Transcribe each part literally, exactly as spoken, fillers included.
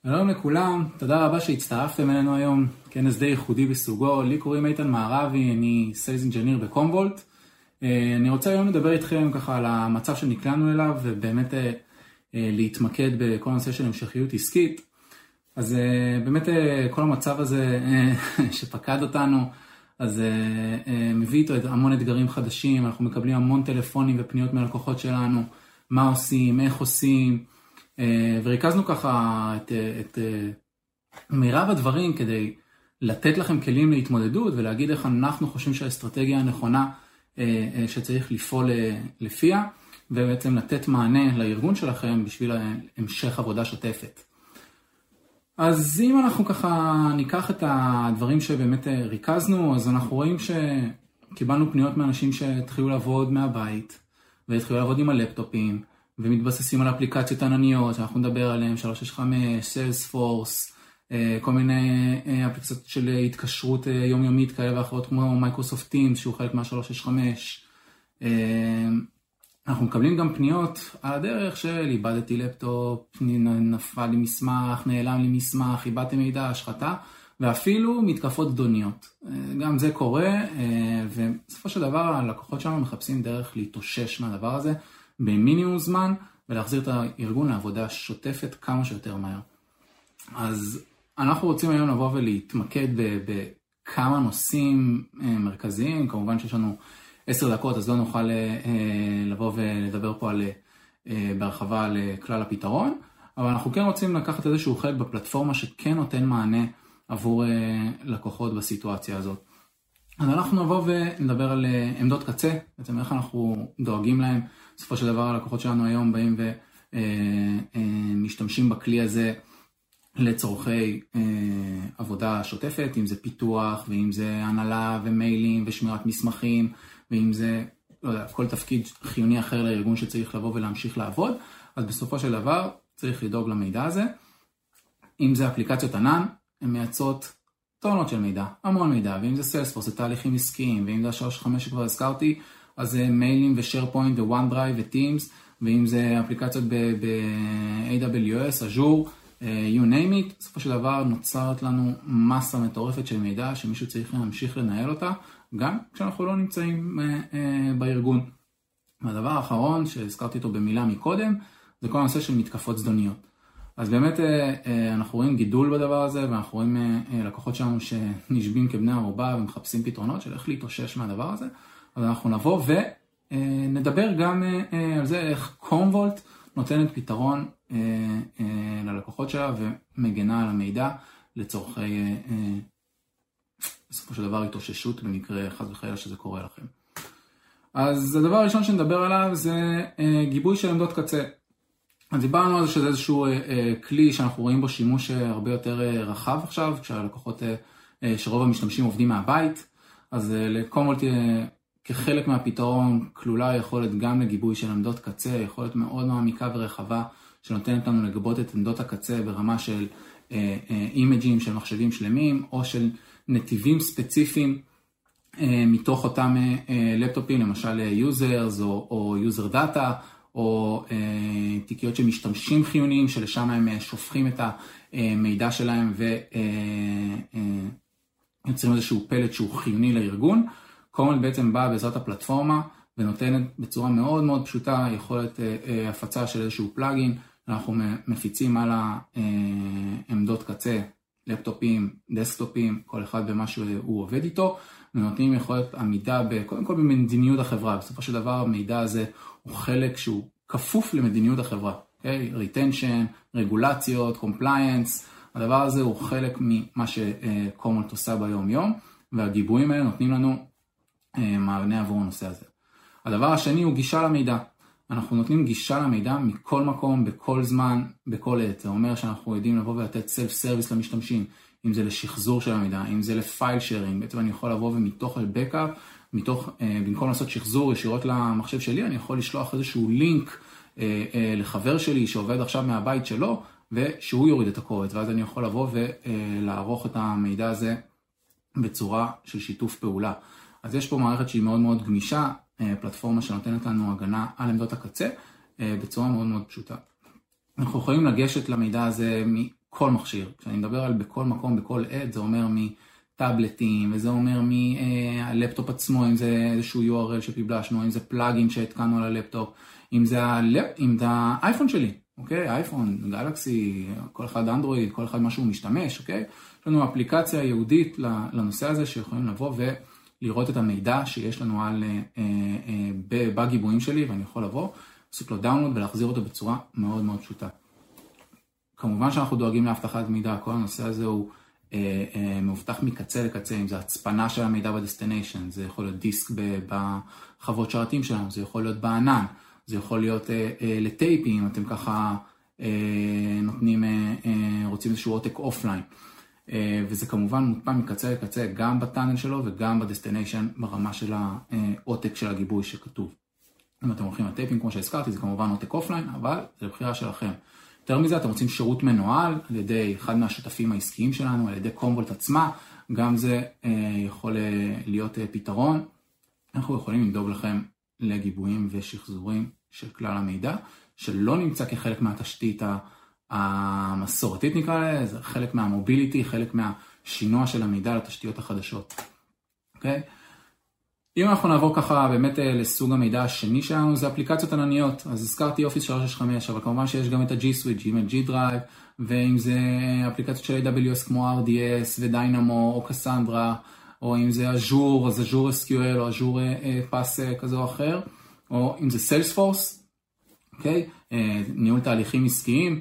שלום לכולם, תודה רבה שהצטרפתם אלינו היום, כנס די ייחודי בסוגו. לי קוראים איתן מערבי, אני סיילס אינג'יניר בקומבולט. אני רוצה היום לדבר איתכם ככה על המצב שנקלענו אליו, ובאמת להתמקד בכל הנושא של המשכיות עסקית. אז באמת כל המצב הזה שפקד אותנו, אז מביא איתו המון אתגרים חדשים, אנחנו מקבלים המון טלפונים ופניות מלקוחות שלנו, מה עושים, איך עושים, וריכזנו ככה את, את מירב הדברים כדי לתת לכם כלים להתמודדות ולהגיד איך אנחנו חושבים שהאסטרטגיה הנכונה שצריך לפעול לפיה, ובעצם לתת מענה לארגון שלכם בשביל המשך עבודה שוטפת. אז אם אנחנו ככה ניקח את הדברים שבאמת ריכזנו, אז אנחנו רואים שקיבלנו פניות מאנשים שהתחילו לעבוד מהבית, והתחילו לעבוד עם הלפטופים, ומתבססים על אפליקציות ענניות, שאנחנו נדבר עליהן, שלוש שש חמש, סיילספורס, כל מיני אפליקציות של התקשרות יומיומית כאלה ואחרות, כמו מייקרוסופט טימס, שהוא חלק מה-שלוש שש חמש. אנחנו מקבלים גם פניות על הדרך של איבדתי לפטופ, נפל לי מסמך, נעלם לי מסמך, איבדתי מידע, השחתה, ואפילו מתקפות זדוניות. גם זה קורה, ובסופו של דבר הלקוחות שלנו מחפשים דרך להתאושש מהדבר הזה, במינימום זמן, ולהחזיר את הארגון לעבודה שוטפת כמה שיותר מהר. אז אנחנו רוצים היום לבוא ולהתמקד בכמה נושאים מרכזיים, כמובן שיש לנו עשר דקות, אז לא נוכל לבוא ולדבר פה על, בהרחבה על כלל הפתרון, אבל אנחנו כן רוצים לקחת איזשהו חלק בפלטפורמה שכן נותן מענה עבור לקוחות בסיטואציה הזאת. אז אנחנו נבוא ונדבר על עמדות קצה, בעצם איך אנחנו דואגים להם. בסופו של דבר הלקוחות שלנו היום באים ומשתמשים בכלי הזה לצורכי עבודה שוטפת, אם זה פיתוח, ואם זה הנהלה ומיילים ושמירת מסמכים, ואם זה, לא יודע, כל תפקיד חיוני אחר לארגון שצריך לבוא ולהמשיך לעבוד. אז בסופו של דבר צריך לדאוג למידע הזה. אם זה אפליקציות ענן, הן מייצרות טונות של מידע, המון מידע, ואם זה סיילספורס, זה תהליכים עסקיים, ואם זה שלוש שש חמש שכבר הזכרתי, אז זה מיילים ו-SharePoint ו-OneDrive ו-Teams, ואם זה אפליקציות ב-איי דאבליו אס, Azure, you name it, בסופו של דבר נוצרת לנו מסה מטורפת של מידע שמישהו צריך להמשיך לנהל אותה, גם כשאנחנו לא נמצאים בארגון. והדבר האחרון שהזכרתי אותו במילה מקודם, זה כל הנושא של מתקפות זדוניות. אז באמת אנחנו רואים גידול בדבר הזה, ואנחנו רואים לקוחות שלנו שנשבים כבני ערובה ומחפשים פתרונות של איך להתאושש מהדבר הזה. אז אנחנו נבוא ונדבר גם על זה איך קומבולט נותנת פתרון ללקוחות שלה ומגנה על המידע לצורכי בסופו של דבר התאוששות במקרה חס וחלילה שזה קורה לכם. אז הדבר הראשון שנדבר עליו זה גיבוי של עמדות קצה. אז דיברנו על זה שזה איזשהו כלי שאנחנו רואים בו שימוש הרבה יותר רחב עכשיו, כשהלקוחות שרוב המשתמשים עובדים מהבית, אז לקומבולט כחלק מהפתרון כלולה יכולת גם לגיבוי של עמדות קצה, יכולת מאוד מעמיקה ורחבה שנותנת לנו לגבות את עמדות הקצה ברמה של אימג'ים של מחשבים שלמים, או של נתיבים ספציפיים מתוך אותם לפטופים, למשל יוזרס או, או יוזר דאטה, או תיקיות של משתמשים חיוניים שלשם הם שופכים את המידע שלהם ויוצרים איזשהו פלט שהוא חיוני לארגון. קומבולט בעצם באה בעזרת הפלטפורמה ונותנת בצורה מאוד מאוד פשוטה יכולת הפצה של איזשהו פלאגין. אנחנו מפיצים על העמדות קצה, לפטופים, דסקטופים, כל אחד במה שהוא עובד איתו, ונותנים יכולת עמידה קודם כל במדיניות החברה. בסופו של דבר המידע הזה הוא חלק שהוא כפוף למדיניות החברה, okay? retention, רגולציות, compliance, הדבר הזה הוא חלק ממה שקומבולט עושה ביום יום, והגיבויים האלה נותנים לנו מענה עבור הנושא הזה. הדבר השני הוא גישה למידע. אנחנו נותנים גישה למידע מכל מקום, בכל זמן, בכל עת. זה אומר שאנחנו יודעים לבוא ולתת סלף סרוויס למשתמשים, אם זה לשחזור של המידע, אם זה לפייל שיירינג. בעצם אני יכול לבוא ומתוך בקאפ, מתוך, במקום לעשות שחזור ישירות למחשב שלי, אני יכול לשלוח איזשהו לינק לחבר שלי שעובד עכשיו מהבית שלו, ושהוא יוריד את הקובץ, ואז אני יכול לבוא ולערוך את המידע הזה בצורה של שיתוף פעולה. אז יש פה מערכת שהיא מאוד מאוד גמישה, פלטפורמה שנותנת לנו הגנה על עמדות הקצה, בצורה מאוד מאוד פשוטה. אנחנו יכולים לגשת למידע הזה כל מכשיר. כשאני מדבר על בכל מקום, בכל עת, זה אומר מטאבלטים, וזה אומר מהלפטופ עצמו, אם זה איזשהו יו אר אל שפיבלשנו, אם זה פלאגין שהתקנו על הלפטופ, אם זה, הלפ... אם זה האייפון שלי, אוקיי? אייפון, גלקסי, כל אחד אנדרואיד, כל אחד משהו משתמש, אוקיי? יש לנו אפליקציה ייעודית לנושא הזה, שיכולים לבוא ולראות את המידע שיש לנו על, בגיבויים שלי, ואני יכול לבוא, לעשות לו דאונלוד ולהחזיר אותו בצורה מאוד מאוד פשוטה. כמובן שאנחנו דואגים להבטחת מידע, כל הנושא הזה הוא אה, אה, מאובטח מקצה לקצה, אם זה הצפנה של המידע בדסטיניישן, זה יכול להיות דיסק בחוות שרתים שלנו, זה יכול להיות בענן, זה יכול להיות אה, אה, לטייפים, אם אתם ככה אה, נותנים, אה, אה, רוצים איזשהו עותק אופליין, אה, וזה כמובן מוטמע מקצה לקצה, גם בטאנל שלו וגם בדסטיניישן, ברמה של העותק של הגיבוי שכתוב. אם אתם הולכים לטייפים, כמו שהזכרתי, זה כמובן עותק אופליין, אבל זה לבחירה שלכם. יותר מזה, אתם רוצים שירות מנוהל על ידי אחד מהשותפים העסקיים שלנו, על ידי קומוולט עצמה, גם זה אה, יכול להיות אה, פתרון. אנחנו יכולים לדאוג לכם לגיבויים ושחזורים של כלל המידע, שלא נמצא כחלק מהתשתית המסורתית נקרא לזה, זה חלק מהמוביליטי, חלק מהשינוע של המידע לתשתיות החדשות. אוקיי? אם אנחנו נעבור ככה באמת לסוג המידע השני שלנו, זה אפליקציות ענניות. אז הזכרתי אופיס שלוש שש חמש, אבל כמובן שיש גם את ה-G Suite, Gmail, G Drive, ואם זה אפליקציות של איי דאבליו אס כמו אר די אס ודינמו או קסנדרה, או אם זה Azure, אז Azure אס קיו אל או Azure פאס כזה או אחר, או אם זה Salesforce, אוקיי? ניהול תהליכים עסקיים.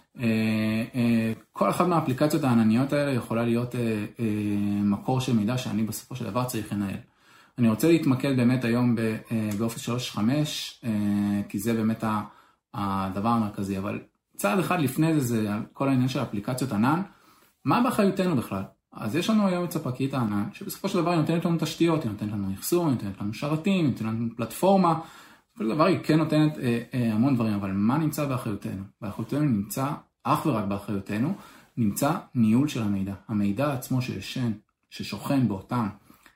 כל אחד מהאפליקציות הענניות האלה יכולה להיות מקור של מידע שאני בסופו של דבר צריך לנהל. אני רוצה להתמקד באמת היום באופיס שלוש שש חמש, כי זה באמת הדבר המרכזי, אבל צעד אחד לפני זה, זה כל העניין של אפליקציות ענן, מה באחריותנו בכלל? אז יש לנו היום את ספקית הענן, שבסופו של דבר היא נותנת לנו תשתיות, היא נותנת לנו אחסון, היא נותנת לנו שרתים, היא נותנת לנו פלטפורמה, כל דבר היא כן נותנת המון דברים, אבל מה נמצא באחריותנו? באחריותנו נמצא, אך ורק באחריותנו, נמצא ניהול של המידע. המידע עצמו שישן, ששוכן באותם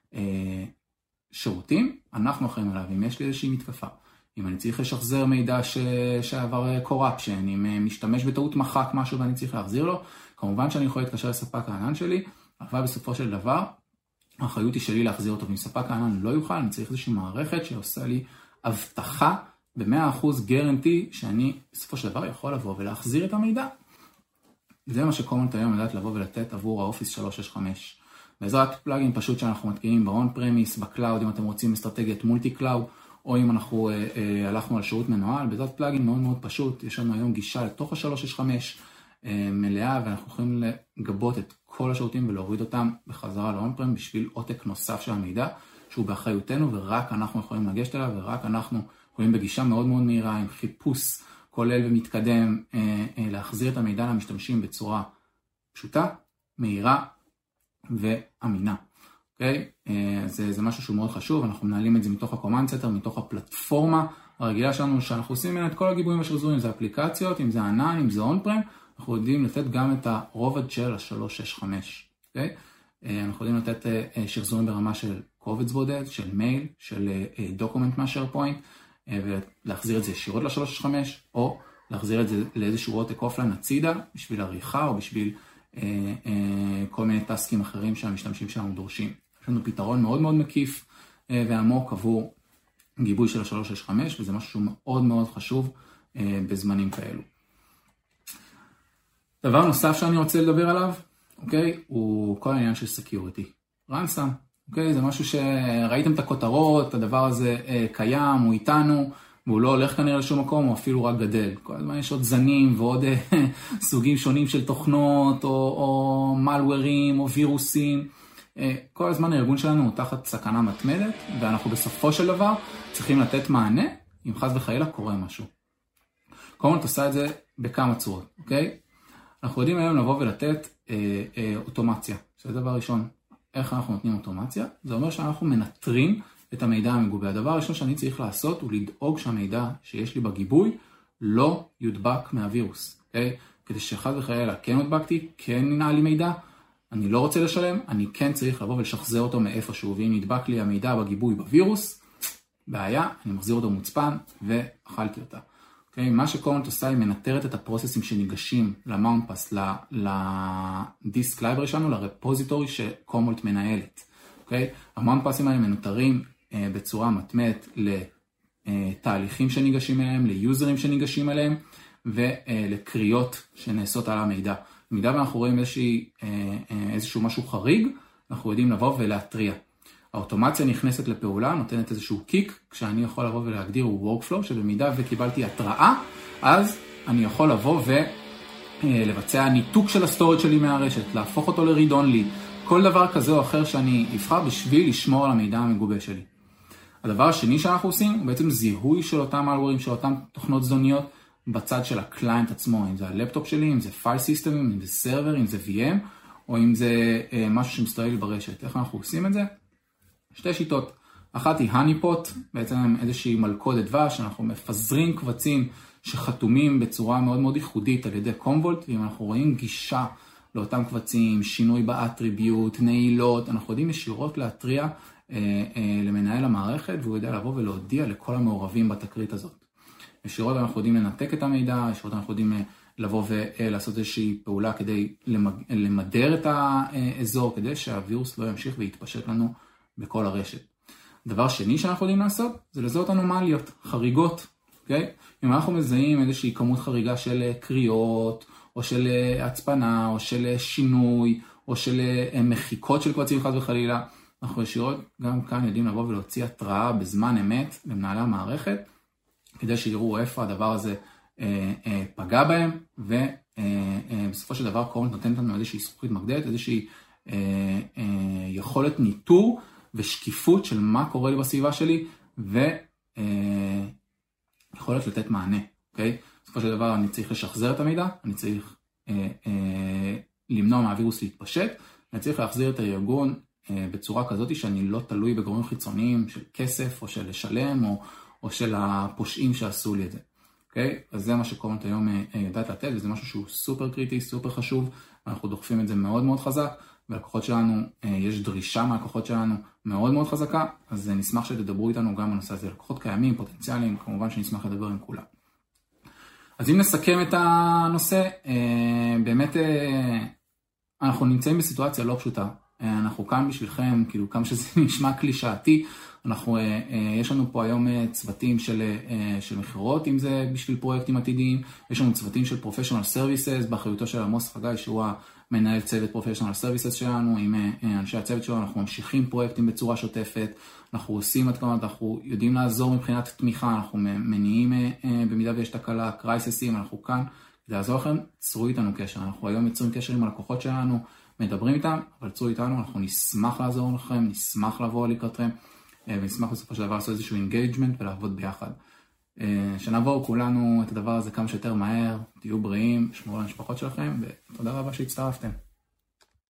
שירותים, אנחנו אחראים עליו. אם יש לי איזושהי מתקפה, אם אני צריך לשחזר מידע ש... שעבר קורפשן, אם משתמש בטעות מחק משהו ואני צריך להחזיר לו, כמובן שאני יכול להתקשר לספק הענן שלי, אבל בסופו של דבר, האחריות היא שלי להחזיר אותו. ואם ספק הענן לא יוכל, אני צריך איזושהי מערכת שעושה לי הבטחה ב-מאה אחוז גרנטי, שאני בסופו של דבר יכול לבוא ולהחזיר את המידע. זה מה שקומוולט היום יודעת לבוא ולתת עבור האופיס שלוש שש חמש. בעזרת פלאגין פשוט שאנחנו מתקינים באון פרמיס, בקלאוד, אם אתם רוצים אסטרטגיית מולטי קלאוד, או אם אנחנו אה, אה, הלכנו על שירות מנוהל, בעזרת פלאגין מאוד מאוד פשוט, יש לנו היום גישה לתוך ה-שלוש שש חמש אה, מלאה, ואנחנו יכולים לגבות את כל השירותים ולהוריד אותם בחזרה לאון פרם, בשביל עותק נוסף של המידע, שהוא באחריותנו, ורק אנחנו יכולים לגשת אליו, ורק אנחנו יכולים בגישה מאוד מאוד מהירה, עם חיפוש כולל ומתקדם, אה, אה, להחזיר את המידע למשתמשים בצורה פשוטה, מהירה, ואמינה. אוקיי? זה, זה משהו שהוא מאוד חשוב, אנחנו מנהלים את זה מתוך ה-Command Center, מתוך הפלטפורמה הרגילה שלנו, שאנחנו עושים ממנה את כל הגיבויים השחזורים, אם זה אפליקציות, אם זה ענן, אם זה on-prem, אנחנו יודעים לתת גם את הרובד של ה-שלוש שש חמש. אוקיי? אנחנו יודעים לתת שחזורים ברמה של קובץ בודד, של מייל, של דוקומנט מה-SharePoint, ולהחזיר את זה ישירות ל-שלוש שש חמש, או להחזיר את זה לאיזשהו עותק אופליין הצידה, בשביל עריכה או בשביל כל מיני טסקים אחרים שהמשתמשים שלנו דורשים. יש לנו פתרון מאוד מאוד מקיף ועמוק עבור גיבוי של ה-שלוש שש חמש, וזה משהו מאוד מאוד חשוב בזמנים כאלו. דבר נוסף שאני רוצה לדבר עליו, אוקיי, הוא כל העניין של סקיוריטי. רנסם, אוקיי, זה משהו שראיתם את הכותרות, הדבר הזה קיים, הוא איתנו, והוא לא הולך כנראה לשום מקום, הוא אפילו רק גדל. כל הזמן יש עוד זנים ועוד סוגים שונים של תוכנות, או, או מלוורים, או וירוסים. כל הזמן הארגון שלנו הוא תחת סכנה מתמדת, ואנחנו בסופו של דבר צריכים לתת מענה, אם חס וחלילה קורה משהו. קומוולט עושה את זה בכמה צורות, אוקיי? אנחנו יודעים היום לבוא ולתת אה, אה, אוטומציה. זה דבר ראשון. איך אנחנו נותנים אוטומציה? זה אומר שאנחנו מנטרים את המידע המגובה. הדבר הראשון שאני צריך לעשות הוא לדאוג שהמידע שיש לי בגיבוי לא יודבק מהווירוס. Okay? כדי שאחד וחלילה כן הודבקתי, כן ננעל לי מידע, אני לא רוצה לשלם, אני כן צריך לבוא ולשחזר אותו מאיפשהו, ואם נדבק לי המידע בגיבוי בווירוס, בעיה, אני מחזיר אותו מוצפן ואכלתי אותה. Okay? Okay? מה שקומונט עושה היא מנטרת את הפרוססים שניגשים למאונטפס, לדיסק לייברי שלנו, לרפוזיטורי שקומונט מנהלת. Okay? המאונטפסים האלה מנוטרים uh, בצורה מתמדת לתהליכים שניגשים אליהם, ליוזרים שניגשים אליהם, ולקריאות שנעשות על המידע. במידה ואנחנו רואים איזושהי, uh, uh, איזשהו משהו חריג, אנחנו יודעים לבוא ולהטריע. האוטומציה נכנסת לפעולה, נותנת איזשהו קיק, כשאני יכול לבוא ולהגדיר הוא workflow, שבמידה וקיבלתי התראה, אז אני יכול לבוא ולבצע ניתוק של הסטורג' שלי מהרשת, להפוך אותו ל-read only, כל דבר כזה או אחר שאני אבחר בשביל לשמור על המידע המגובה שלי. הדבר השני שאנחנו עושים הוא בעצם זיהוי של אותם אלגוריתמים, של אותם תוכנות זדוניות, בצד של הקליינט עצמו, אם זה הלפטופ שלי, אם זה פייל סיסטם, אם זה סרבר, אם זה וי אם, או אם זה משהו שמסתובב לי ברשת. איך אנחנו עושים את זה? שתי שיטות. אחת היא הניפוט, בעצם איזושהי מלכודת דבש, אנחנו מפזרים קבצים שחתומים בצורה מאוד מאוד ייחודית על ידי קומבולט, ואם אנחנו רואים גישה לאותם קבצים, שינוי באטריביוט, נעילות, אנחנו יודעים ישירות להטריע אה, אה, למנהל המערכת, והוא יודע לבוא ולהודיע לכל המעורבים בתקרית הזאת. ישירות אנחנו יודעים לנתק את המידע, ישירות אנחנו יודעים אה, לבוא ולעשות איזושהי פעולה כדי למדר את האזור, כדי שהווירוס לא ימשיך ויתפשט לנו בכל הרשת. דבר שני שאנחנו יודעים לעשות, זה לזהות אנומליות, חריגות, אוקיי? אם אנחנו מזהים איזושהי כמות חריגה של קריאות, או של הצפנה, או של שינוי, או של מחיקות של קבצים חד וחלילה, אנחנו ישירות גם כאן יודעים לבוא ולהוציא התראה בזמן אמת למנהלי המערכת, כדי שיראו איפה הדבר הזה אה, אה, פגע בהם, ובסופו של דבר קומונט נותנת לנו איזושהי זכוכית מגדלת, איזושהי אה, אה, יכולת ניטור, ושקיפות של מה קורה לי בסביבה שלי, ויכולת לתת מענה, אוקיי? בסופו של דבר אני צריך לשחזר את המידע, אני צריך אה, אה, למנוע מהווירוס להתפשט, אני צריך להחזיר את הארגון אה, בצורה כזאת שאני לא תלוי בגורמים חיצוניים של כסף, או של לשלם, או, או של הפושעים שעשו לי את זה, אוקיי? אז זה מה שקומונט היום אה, יודעת לתת, וזה משהו שהוא סופר קריטי, סופר חשוב, אנחנו דוחפים את זה מאוד מאוד חזק, והלקוחות שלנו, יש דרישה מהלקוחות שלנו מאוד מאוד חזקה, אז נשמח שתדברו איתנו גם בנושא הזה. לקוחות קיימים, פוטנציאליים, כמובן שנשמח לדבר עם כולם. אז אם נסכם את הנושא, באמת אנחנו נמצאים בסיטואציה לא פשוטה. אנחנו כאן בשבילכם, כאילו כמה שזה נשמע קלישאתי, אנחנו, יש לנו פה היום צוותים של, של מחירות, אם זה בשביל פרויקטים עתידיים, יש לנו צוותים של Professional Services, באחריותו של עמוס חגי, שהוא המנהל צוות Professional Services שלנו, עם אנשי הצוות שלנו, אנחנו ממשיכים פרויקטים בצורה שוטפת, אנחנו עושים את כמה, אנחנו יודעים לעזור מבחינת תמיכה, אנחנו מניעים במידה ויש תקלה, קרייססים, אנחנו כאן, כדי לעזור לכם, צרו איתנו קשר, אנחנו היום יוצרים קשר עם הלקוחות שלנו, מדברים איתם, אבל צרו איתנו, אנחנו נשמח לעזור לכם, נשמח לבוא לקראתכם, ונשמח בסופו של דבר לעשות איזשהו אינגייג'מנט ולעבוד ביחד. שנעבור כולנו את הדבר הזה כמה שיותר מהר, תהיו בריאים, שמרו על המשפחות שלכם, ותודה רבה שהצטרפתם.